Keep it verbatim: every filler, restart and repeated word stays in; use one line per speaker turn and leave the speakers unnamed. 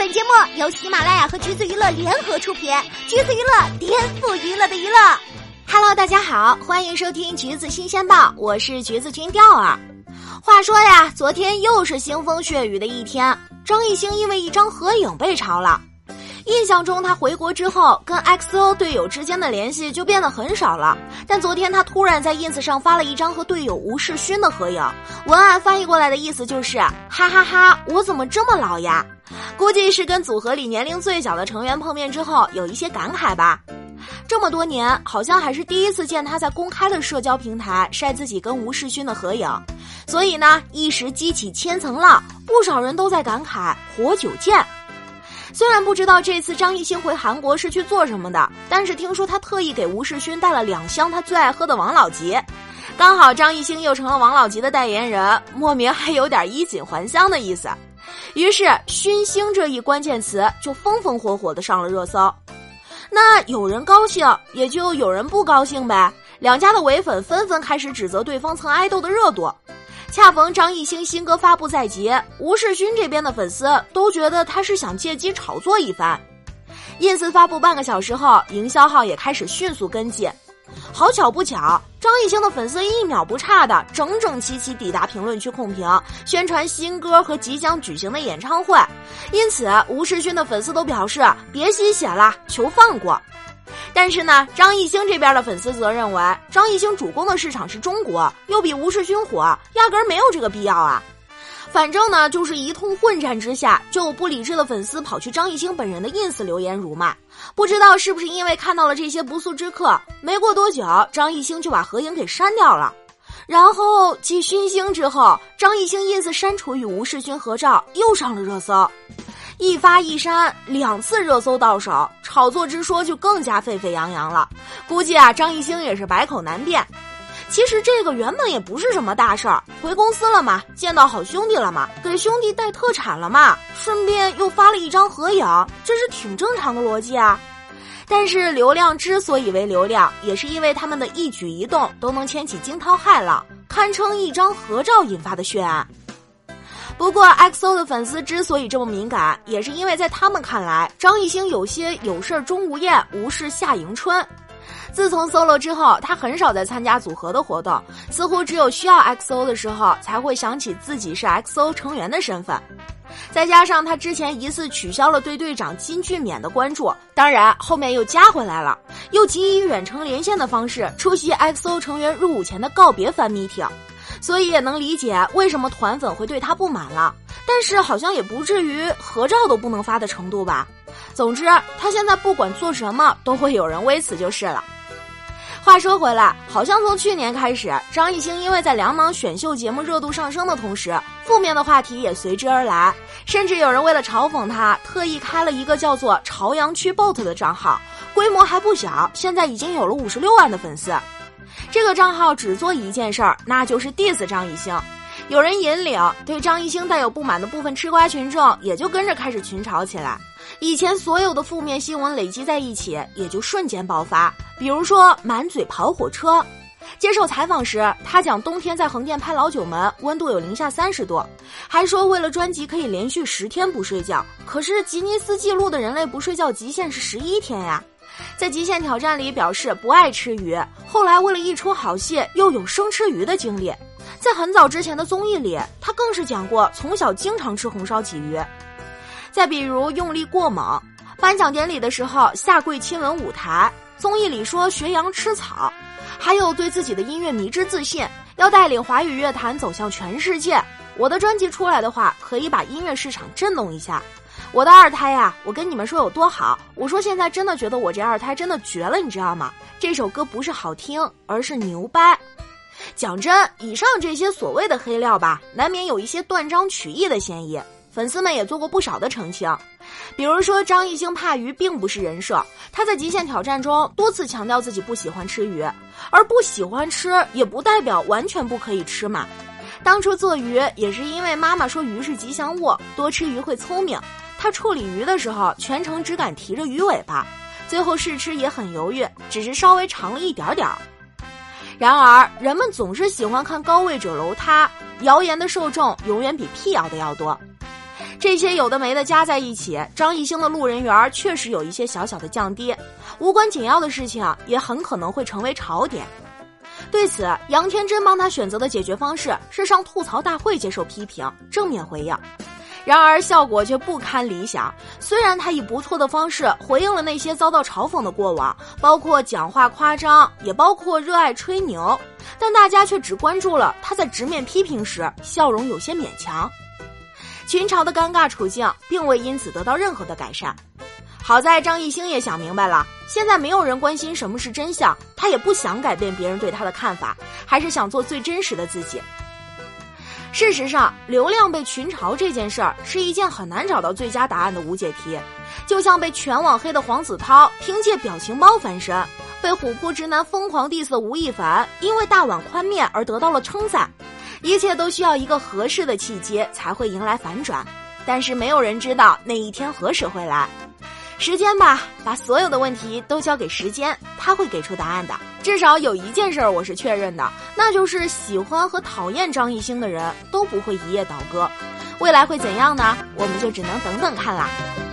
本节目由喜马拉雅和橘子娱乐联合出品，橘子娱乐颠覆娱乐的娱乐。Hello， 大家好，欢迎收听橘子新鲜报，我是橘子君钓儿。话说呀，昨天又是腥风血雨的一天，张艺兴因为一张合影被炒了。印象中他回国之后跟 X O 队友之间的联系就变得很少了，但昨天他突然在 ins 上发了一张和队友吴世勋的合影，文案翻译过来的意思就是哈哈哈，我怎么这么老呀？估计是跟组合里年龄最小的成员碰面之后有一些感慨吧。这么多年好像还是第一次见他在公开的社交平台晒自己跟吴世勋的合影，所以呢一时激起千层浪，不少人都在感慨活久见。虽然不知道这次张艺兴回韩国是去做什么的，但是听说他特意给吴世勋带了两箱他最爱喝的王老吉，刚好张艺兴又成了王老吉的代言人，莫名还有点衣锦还乡的意思。于是勋星这一关键词就风风火火的上了热搜。那有人高兴也就有人不高兴呗，两家的唯粉纷纷开始指责对方蹭爱豆的热度。恰逢张艺兴新歌发布在即，吴世勋这边的粉丝都觉得他是想借机炒作一番。ins 发布半个小时后，营销号也开始迅速跟进。好巧不巧，张艺兴的粉丝一秒不差的整整齐齐抵达评论区控评，宣传新歌和即将举行的演唱会。因此吴世勋的粉丝都表示别吸血了，求放过。但是呢，张艺兴这边的粉丝则认为张艺兴主攻的市场是中国，又比吴世勋火，压根儿没有这个必要啊。反正呢就是一通混战之下，就有不理智的粉丝跑去张艺兴本人的 ins 留言辱骂。不知道是不是因为看到了这些不速之客，没过多久张艺兴就把合影给删掉了。然后继勋星之后，张艺兴 ins 删除与吴世勋合照又上了热搜，一发一删，两次热搜到手，炒作之说就更加沸沸扬扬了。估计啊张艺兴也是百口难辩。其实这个原本也不是什么大事儿，回公司了嘛，见到好兄弟了嘛，给兄弟带特产了嘛，顺便又发了一张合影，这是挺正常的逻辑啊。但是流量之所以为流量，也是因为他们的一举一动都能牵起惊涛骇浪，堪称一张合照引发的血案。不过 X O 的粉丝之所以这么敏感，也是因为在他们看来，张艺兴有些有事钟无艳，无事夏迎春。自从 solo 之后，他很少再参加组合的活动，似乎只有需要 X O 的时候才会想起自己是 X O 成员的身份。再加上他之前疑似取消了对队长金俊勉的关注，当然后面又加回来了，又急以远程连线的方式出席 X O 成员入伍前的告别fan meeting，所以也能理解为什么团粉会对他不满了，但是好像也不至于合照都不能发的程度吧。总之他现在不管做什么都会有人微词就是了。话说回来，好像从去年开始，张艺兴因为在两档选秀节目热度上升的同时，负面的话题也随之而来，甚至有人为了嘲讽他，特意开了一个叫做朝阳区 bot 的账号，规模还不小，现在已经有了五十六万的粉丝。这个账号只做一件事儿，那就是 diss 张艺兴。有人引领，对张艺兴带有不满的部分吃瓜群众也就跟着开始群嘲起来。以前所有的负面新闻累积在一起，也就瞬间爆发。比如说满嘴跑火车，接受采访时他讲冬天在横店拍老九门，温度有零下三十度，还说为了专辑可以连续十天不睡觉，可是吉尼斯纪录的人类不睡觉极限是十一天呀。在极限挑战里表示不爱吃鱼，后来为了一出好戏又有生吃鱼的经历。在很早之前的综艺里，他更是讲过从小经常吃红烧鲫鱼。再比如用力过猛，颁奖典礼的时候下跪亲吻舞台，综艺里说学羊吃草，还有对自己的音乐迷之自信，要带领华语乐坛走向全世界。我的专辑出来的话，可以把音乐市场震动一下。我的二胎呀，我跟你们说有多好，我说现在真的觉得我这二胎真的绝了，你知道吗？这首歌不是好听，而是牛掰。讲真，以上这些所谓的黑料吧，难免有一些断章取义的嫌疑，粉丝们也做过不少的澄清。比如说张艺兴怕鱼并不是人设，他在极限挑战中多次强调自己不喜欢吃鱼，而不喜欢吃也不代表完全不可以吃嘛。当初做鱼也是因为妈妈说鱼是吉祥物，多吃鱼会聪明，他处理鱼的时候全程只敢提着鱼尾巴，最后试吃也很犹豫，只是稍微尝了一点点。然而人们总是喜欢看高位者楼塌，谣言的受众永远比辟谣的要多。 这些有的没的加在一起，张艺兴的路人缘确实有一些小小的降低，无关紧要的事情也很可能会成为潮点。对此，杨天真帮他选择的解决方式是上吐槽大会接受批评，正面回应。然而效果却不堪理想，虽然他以不错的方式回应了那些遭到嘲讽的过往，包括讲话夸张，也包括热爱吹牛，但大家却只关注了他在直面批评时笑容有些勉强。群嘲的尴尬处境并未因此得到任何的改善。好在张艺兴也想明白了，现在没有人关心什么是真相，他也不想改变别人对他的看法，还是想做最真实的自己。事实上，流量被群嘲这件事儿是一件很难找到最佳答案的无解题，就像被全网黑的黄子韬凭借表情包翻身，被虎扑直男疯狂 diss 的吴亦凡因为大碗宽面而得到了称赞，一切都需要一个合适的契机才会迎来反转，但是没有人知道那一天何时会来。时间吧，把所有的问题都交给时间，他会给出答案的。至少有一件事儿我是确认的，那就是喜欢和讨厌张艺兴的人都不会一夜倒戈。未来会怎样呢？我们就只能等等看啦。